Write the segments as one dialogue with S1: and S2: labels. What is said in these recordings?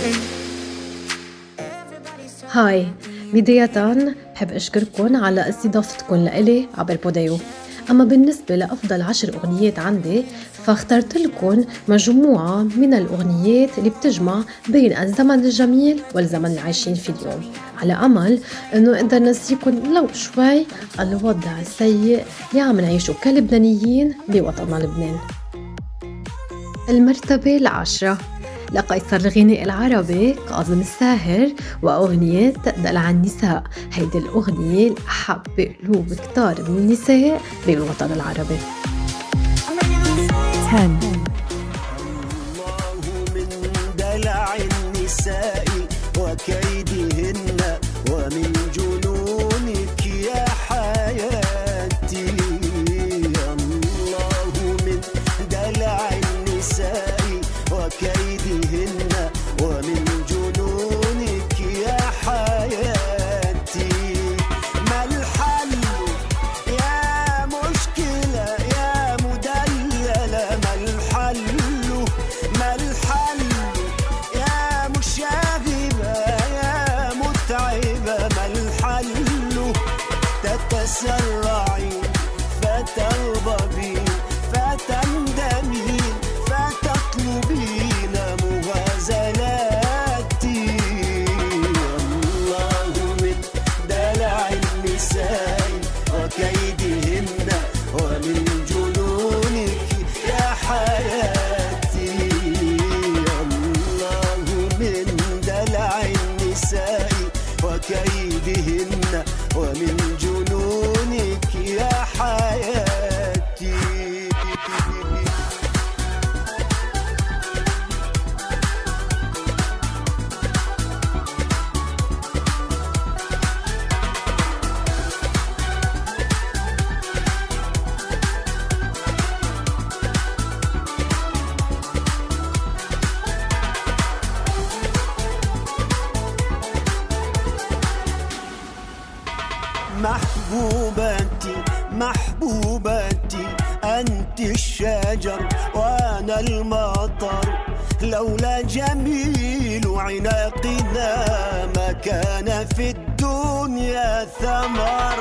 S1: هاي، بداية بحب أشكركن على استضافتكن لإلي عبر بوديو. أما بالنسبة لأفضل 10 أغنيات عندي فاخترت لكم مجموعة من الأغنيات اللي بتجمع بين الزمن الجميل والزمن اللي عايشين فيه اليوم، على أمل أنه أقدر نسيكم لو شوي الوضع السيء اللي عم نعيشه كلبنانيين بوطننا لبنان. المرتبة 10 لقيصر الغناء العربي كاظم الساهر وأغنية دلع النساء. هيدي الأغنية الأحب بقلوب كتار من النساء بالوطن العربي.
S2: 10
S3: الله من دلع النساء وكيدهن ومن جنونك يا حياتي. الله من دلع النساء وكيدهن ومن جنونك يا حياتي. ما الحل يا مشكلة يا مدللة؟ ما الحل ما الحل يا مشاغبة يا متعبة؟ ما الحل تتسرعين فتغضبين فتندمين فتطلبين مغازلاتي. الله من دلع النساء وكيدهن ومن جنونك يا حياتي. الله من دلع النساء وكيدهن ومن جنونك يا حياتي. محبوبتي محبوبتي أنت الشجر وأنا المطر، لولا جميل عناقنا ما كان في الدنيا ثمر.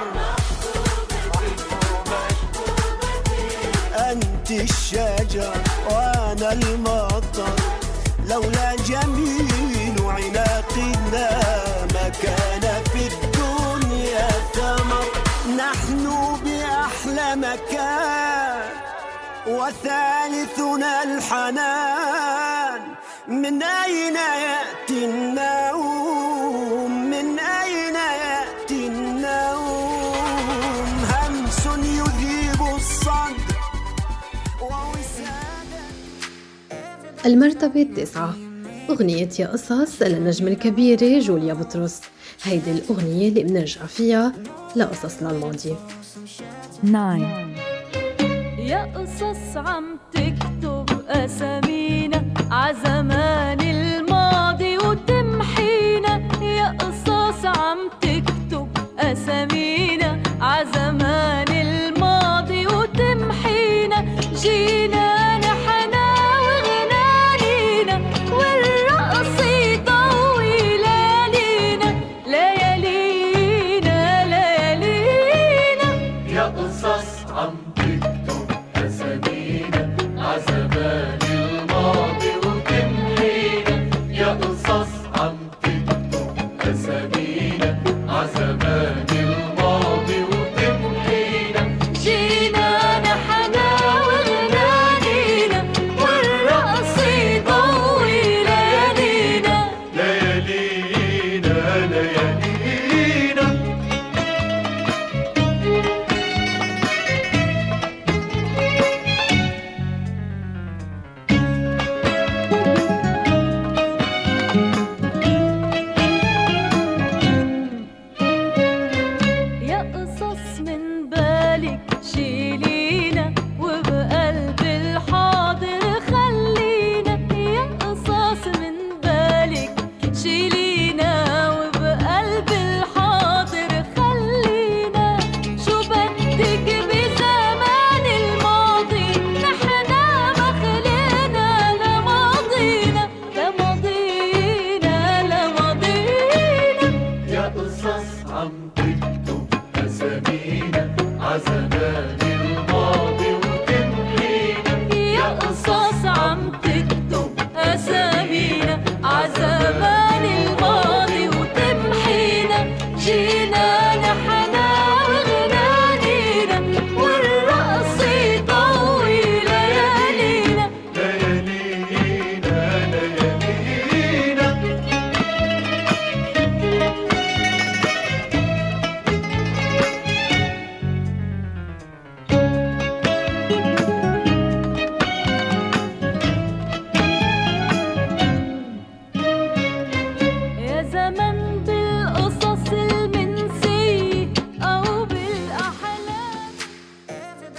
S3: أنت الشجر وأنا المطر، لولا جميل عناقنا ما كان في الدنيا ثمر. نحن بأحلى مكان وثالثنا الحنان، من أين يأتي النوم؟ من أين يأتي النوم؟ همس يذيب الصدر ووسادة.
S1: المرتبة 9 أغنية يا قصص للنجمة الكبيرة جوليا بطرس. هيدي الأغنية اللي بنرجع فيها لقصصنا الماضية.
S2: 9
S4: يا قصص عم تكتب أسامينا عزمان الماضي وتمحينا. يا قصص عم تكتب أسامينا عزمان الماضي وتمحينا. جينا نحنا وغنانينا والرقص يطوي ليالينا ليالينا ليالينا.
S5: يا قصص عم تكتب أسامينا عزمان الماضي وتمحينا.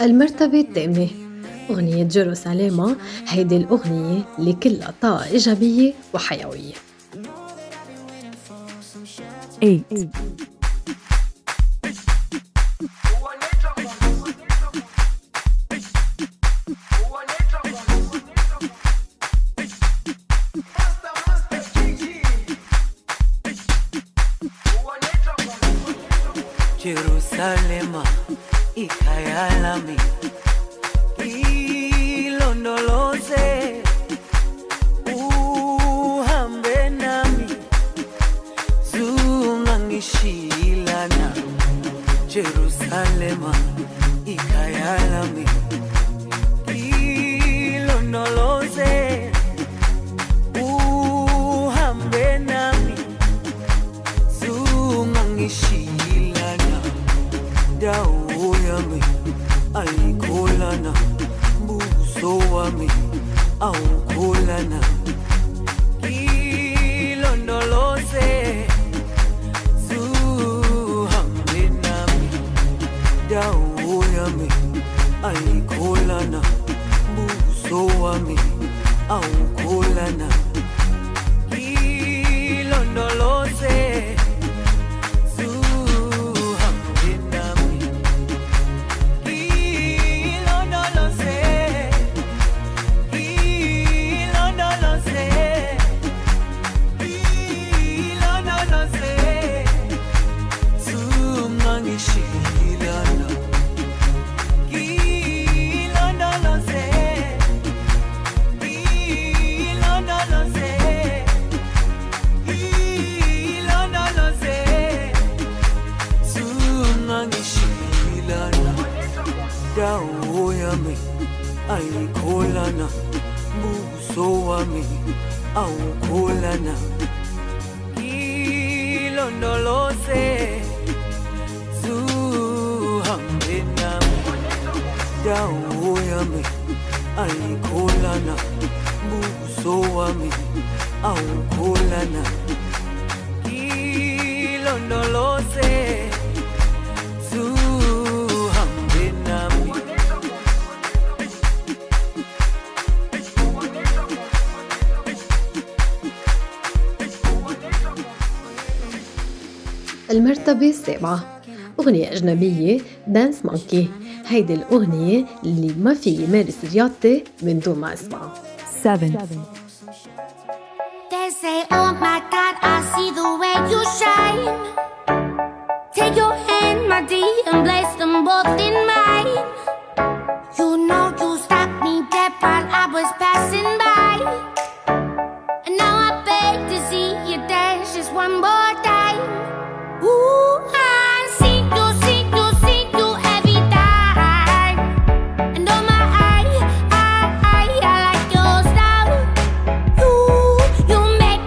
S1: المرتبة الثامنة أغنية جيروساليما. هيدي الأغنية اللي كلها طاقة إيجابية وحيوية.
S2: 8
S6: Jerusalema ikayalami ilondoloze uhambe nami zungangishilana. Jerusalema ikayalami ilondoloze uhambe nami zungangishilana. Dawo yami ayikholana, buso wami awukholana. Ilondoloze zuhambe nami. Dawo yami ayikholana, buso wami awukholana. Ilondoloze dawo yami ayikholana, buso wami awukholana. Ilondoloze zuhambe nami. Dawo yami ayikholana, buso wami awukholana. Ilondoloze
S1: المرتبة السابعة أغنية أجنبية دانس مانكي. هيدي الأغنية اللي ما في مارس رياضتي من دون ما أسمعها.
S2: 7
S7: They say, oh my God, I see the way you shine. Take your hand, my dear, and place them both in mine. You know you stopped me dead while I was passing by. And now I beg to see you dance just one more time. Ooh, I see you every time. And oh my, I like your style. You make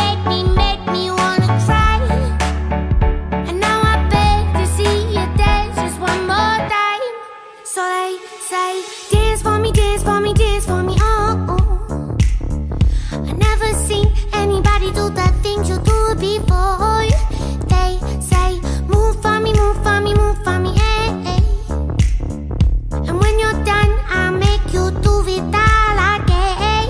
S7: me wanna cry. And now I beg to see you dance just one more time. So they say, dance for me, dance for me, dance for me, oh, oh. I never seen anybody do the things you do before. They say, move for me, move for me, move for me, eh, eh. And when you're done, I'll make you do it all again.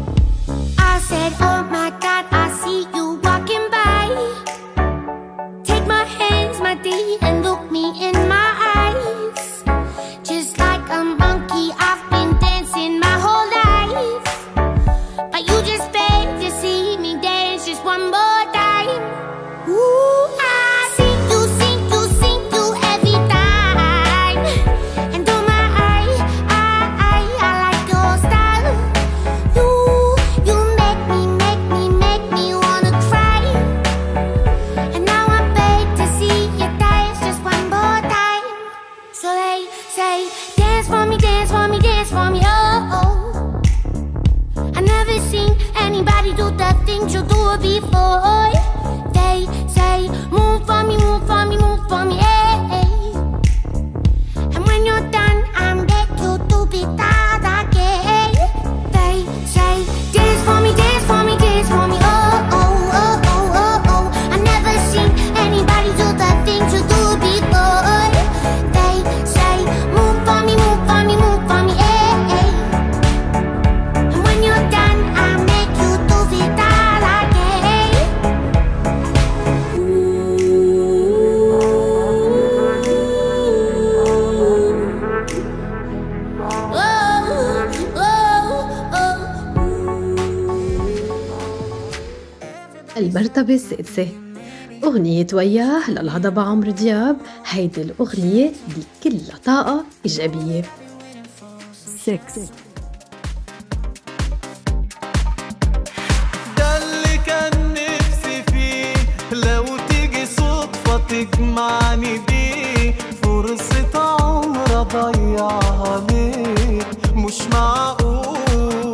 S7: I said, oh my God, I see you walking by. Take my hands, my dear, and look me in my eyes. Just like a monkey, I've been dancing my whole life. But you just beg to see me dance just one more time. Ooh, I see you every time. And oh my, I like your style. You make me wanna cry. And now I beg to see you dance just one more time. So they say, dance for me, dance for me, dance for me, oh, oh. I never seen anybody do the things you do before. They say, move for me, move for me, move for me, eh, eh. And when you're done, I'm back you to be that again. They say, dance for me, dance for me, dance for me, oh, oh, oh, oh, oh, oh. I never seen anybody do the things you do before. They say, move for me, move
S1: المرتبة السادسة أغنية وياه للهضبة عمرو دياب. هيدي الأغنية دي كلها طاقة إيجابية.
S2: 6
S8: ده اللي كان نفسي فيه، لو تيجي صدفة تجمعني بيه، فرصة عمر أضيعها ليه؟ مش معقول،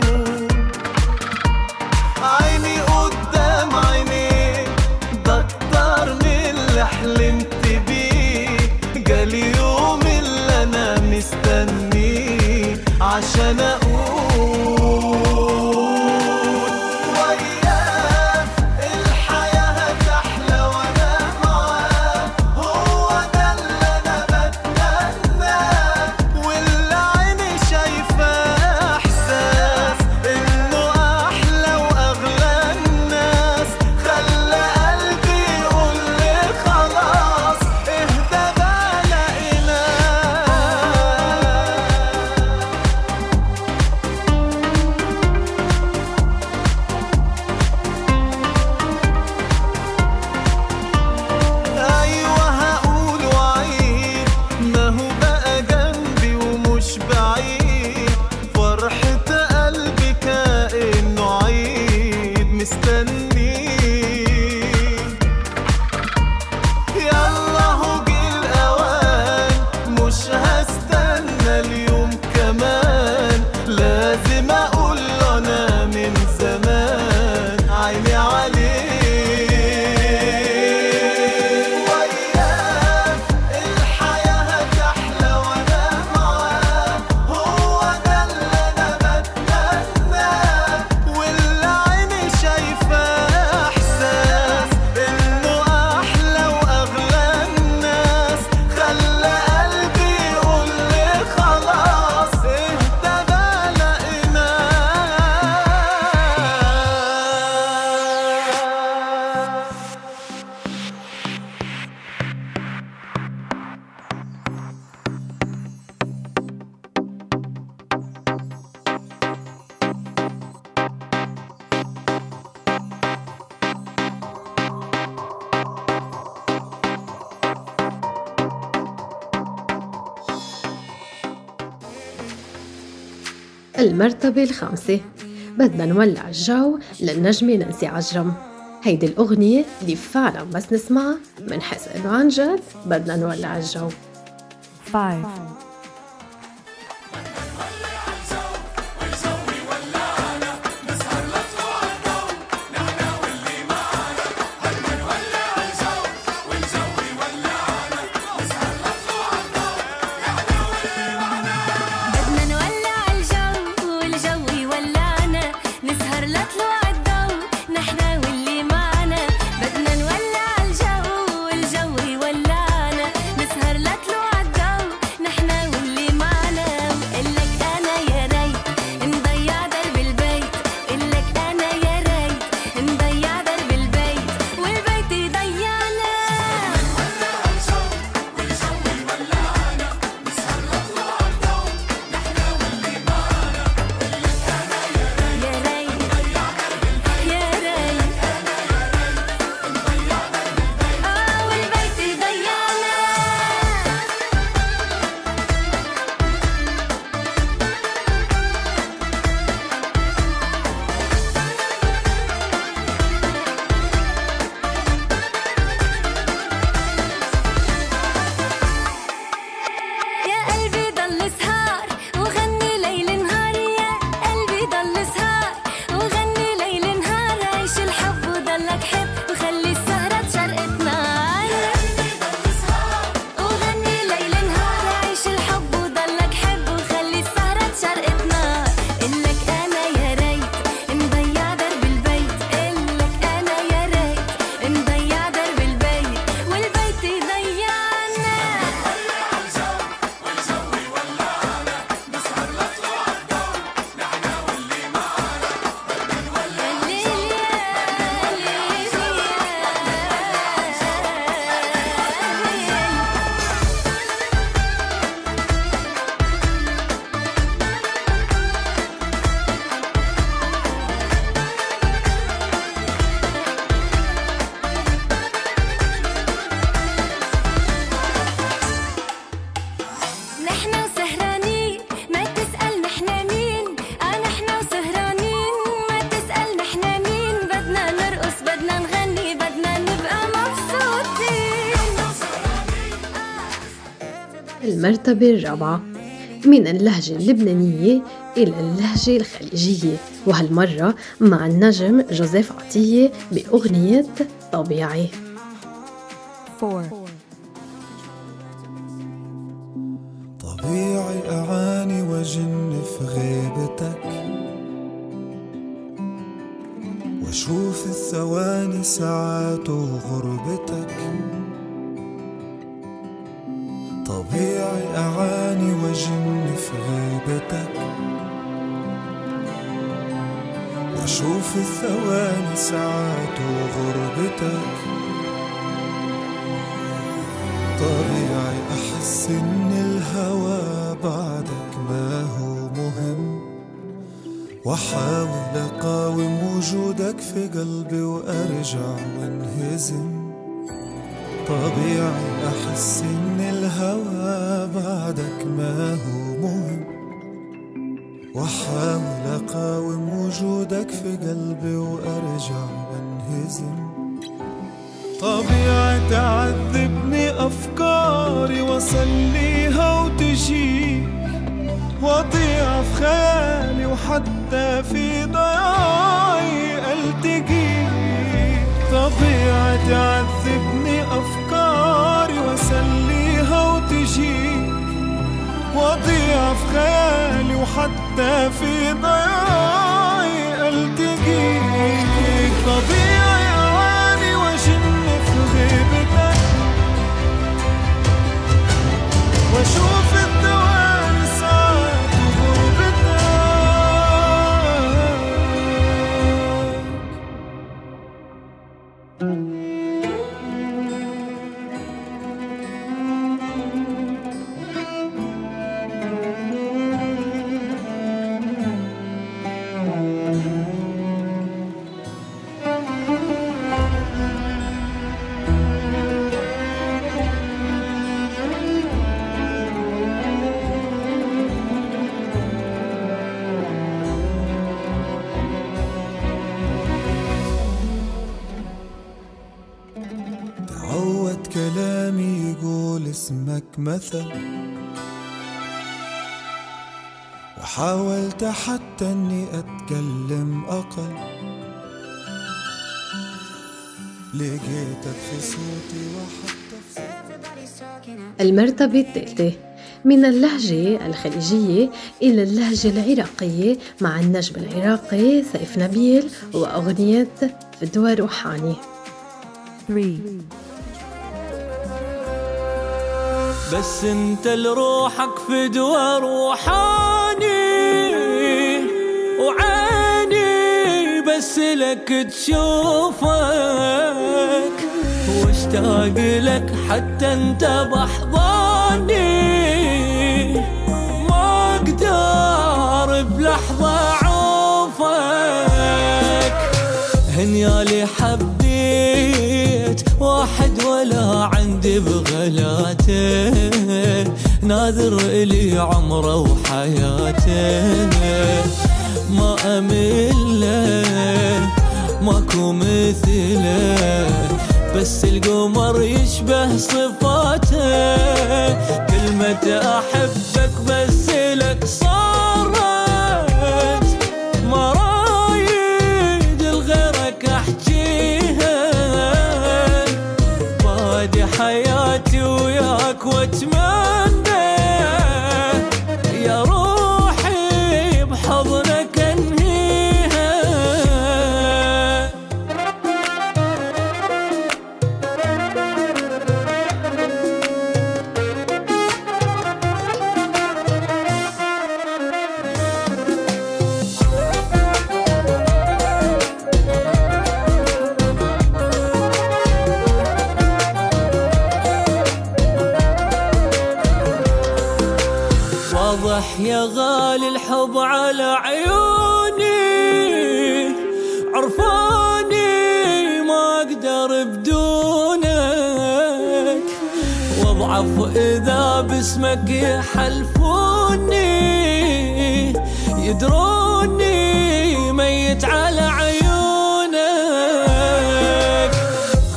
S8: عيني قدام عينيك، ده أكتر من اللي حلمت بيه، جالي يوم اللي أنا مستنيه عشان أقول وياه الحياة هتحلى وأنا معاه، هو ده اللي أنا بتمناه، واللي عيني شايفاه إحساس إنه أحلى وأغلى الناس، خلى قلبي يقولي خلاص اهدى بقى لقيناه. أيوة هقول وعيد، ما هو بقى جنبي ومش بعيد، فرحة قلبي كأنه عيد مستنيه، يلا هو جه الأوان، مش هستنى اليوم كمان، لازم أقول له أنا من زمان عيني عليه. وياه الحياة هتحلى وأنا معاه، هو ده اللي أنا بتمناه، واللي عيني شايفاه إحساس إنه أحلى وأغلى الناس، خلى قلبي يقولي خلاص اهدى بقى لقيناه.
S1: المرتبة الخامسة بدنا نولع الجو للنجمة نانسي عجرم. هيدي الأغنية اللي فعلا بس نسمعها منحس إنه عن جد بدنا نولع الجو.
S2: 5
S7: بدنا نولع الجو والجو يولعنا، نسهر لطلوع الضو نحنا واللي معنا، بدنا نولع الجو والجو يولعنا، نسهر لطلوع الضو نحنا بدنا نغني بدنا نبقى مبسوطين.
S1: المرتبة الرابعة، من اللهجة اللبنانية إلى اللهجة الخليجية، وهالمرة مع النجم جوزيف عطية بأغنية طبيعي.
S2: 4
S8: طبيعي أعاني وجن في غيبتك، واشوف الثواني ساعات وغربتك. طبيعي أعاني وجن في غيبتك، واشوف الثواني ساعات وغربتك. طبيعي أحس إن الهوى بعدك ما هو مهم، وأحاول أقاوم وجودك في قلبي وأرجع وانهزم. طبيعي أحس إن الهوى بعدك ما هو مهم، وأحاول أقاوم وجودك في قلبي وأرجع وانهزم. طبيعي تعذبني أفكاري وصليها وتجيك، وأضيع في خيالي وحتى في ضياعي ألتقيك. طبيعي تعذبني أفكاري وصليها وتجيك، وأضيع في خيالي وحتى في ضياعي ألتقيك. طبيعي أعاني وجن في غيبتك، واشوف الثواني ساعات وغربتك. تعود كلامي يقول اسمك مثل، وحاولت حتى اني اتكلم اقل، لقيتك في صوتي وحتى في صوتي.
S1: المرتبة الثالثة، من اللهجة الخليجية إلى اللهجة العراقية مع النجم العراقي سيف نبيل وأغنية فدوى روحاني.
S2: 3
S6: بس انت لروحك فدوى روحاني، وعيني بس لك تشوفك، واشتاق لك حتى انت بحضاني، ما اقدر بلحظة اعوفك. هنيالي حبيت واحد ولا عندي بغلاته، ناذر إلي عمره وحياته، ما أمله ماكو مثله، بس القمر يشبه صفاته. كلمة أحبك بس لك صارت مرايد لغيرك أحجيها، بادي حياتي وياك واتمنى يا روحي بحضنك انهيها. واضح يا غالي الحب على عيوني، عرفاني ما اقدر بدونك، واضعف اذا باسمك يحلفوني، يدروني ميت على عيونك.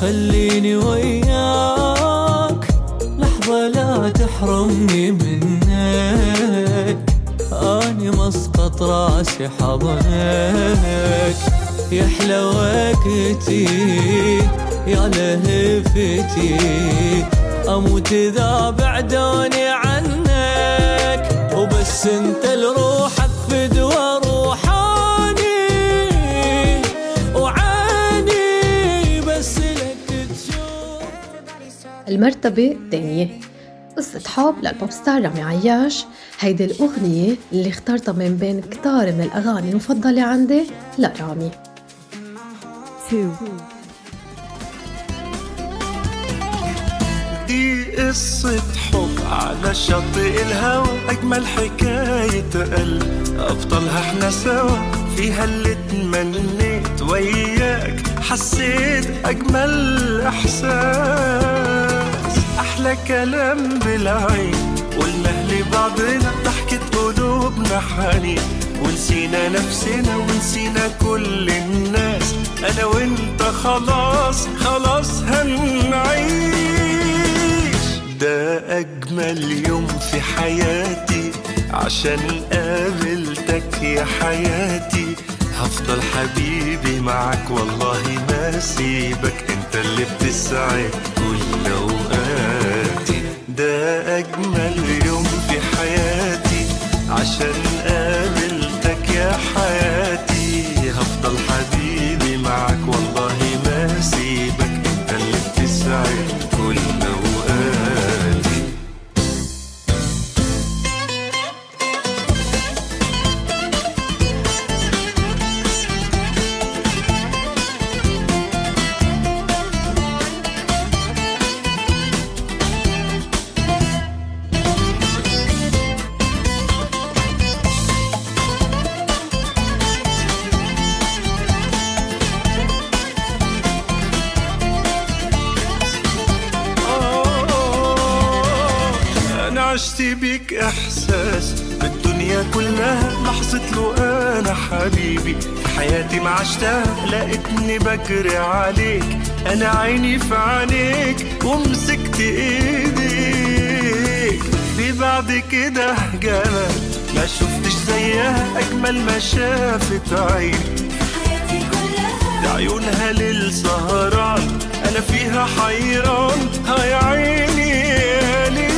S6: خليني وياك لحظة لا تحرمني منك، أني مسقط راسي حضنك. يحلى وقتي يا لهفتي، أموت إذا بعدوني عنك، وبس انت لروحك فدوى روحاني، وعاني بس لك تشوف.
S1: المرتبة الثانية قصة حب للبوب ستار رامي عياش. هيدي الأغنية اللي اخترتها من بين كتار من الأغاني المفضلة عندي لرامي.
S2: 2.
S8: دي قصة حب على شاطئ الهوى، أجمل حكاية قلب أبطالها احنا سوا، فيها اللي تمنيت وياك، حسيت أجمل إحساس، أحلى كلام بالعين، قلنا لبعضنا ضحكة قلوبنا حنين، ونسينا نفسنا ونسينا كل الناس، أنا وإنت خلاص خلاص هنعيش. ده أجمل يوم في حياتي عشان قابلتك يا حياتي، هفضل حبيبي معك والله ما سيبك، انت اللي بتسعد كل أوقاتي. ده أجمل يوم في حياتي عشان قابلتك يا حياتي، هفضل حبيبي معك والله ما سيبك، انت اللي بتسعد كل أوقاتي. عشت بيك إحساس بالدنيا كلها، لحظة له أنا حبيبي في حياتي ما عشتها، لقيتني بجري عليك، أنا عيني في عينيك ومسكت إيديك، في بعد كده جمال ما شفتش زيها، أجمل ما شافت عيني في حياتي كلها، ده عيونها للسهران أنا فيها حيران، هاي عيني يا ليل.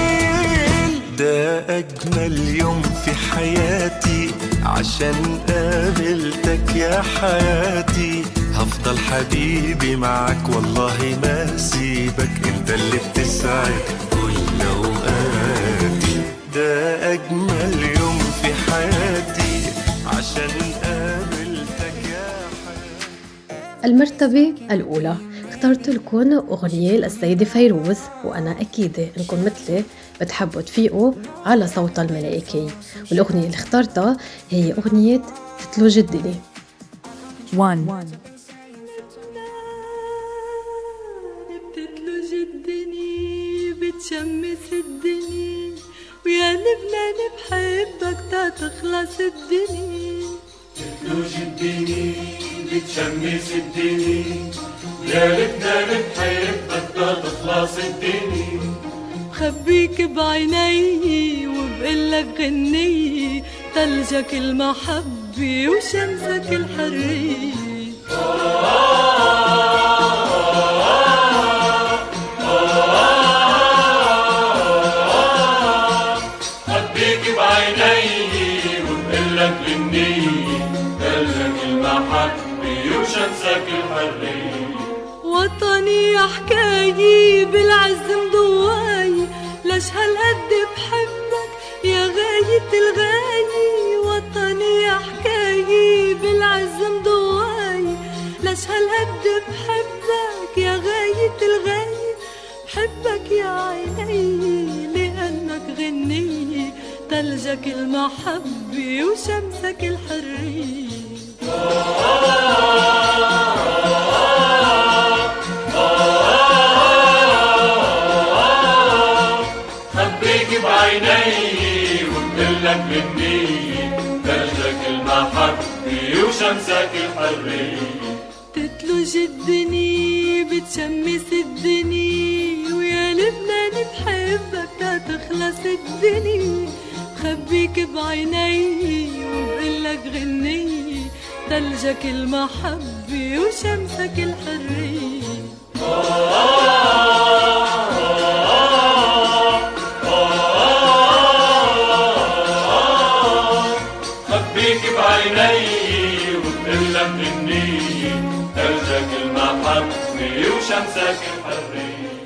S8: ده أجمل يوم في حياتي عشان قابلتك يا حياتي، هفضل حبيبي معك والله ما سيبك، انت اللي بتسعد كل أوقاتي. ده أجمل يوم في حياتي عشان قابلتك يا حياتي.
S1: المرتبة الأولى اخترت لكم أغنية للسيدة فيروز، وأنا أكيدة إنكم مثلي بتحبوا تفيقوا على صوتها الملائكي، والأغنية اللي اخترتها هي أغنية تتلو جدلي.
S2: 1.
S4: بتتلو جدني بتشمس الدنيا، ويا لبنان بحبك تا تخلص الدنيا.
S5: تتلو جدني بتشمس الدنيا، يا لبنان بحبك تا تخلص الدنيا.
S4: بخبيك بعيني وبقلك غني، تلجك المحبة وشمسك الحرية.
S5: بخبيك بعيني وبقلك غني، تلجك المحبة وشمسك الحرية.
S4: وطني حكاية بالعز مضواي، ليش هالقد بحبك يا غاية الغاية. وطني حكاية بالعز مضواي، ليش هالقد بحبك يا غاية الغاية. بحبك يا عيني لأنك غنية، تلجك المحبة وشمسك الحرية.
S5: بعيني وبقلك مني، تلجك المحبة وشمسك الحرية.
S4: تتلو جدني تشمس الدنيا ويا لبنان بحبك تخلص الدنيا بخبيك بعيني وبقلك غني تلجك المحبة وشمسك الحرية
S5: خبيك بعيني وبقلك غني تلجك المحبة وشمسك الحرية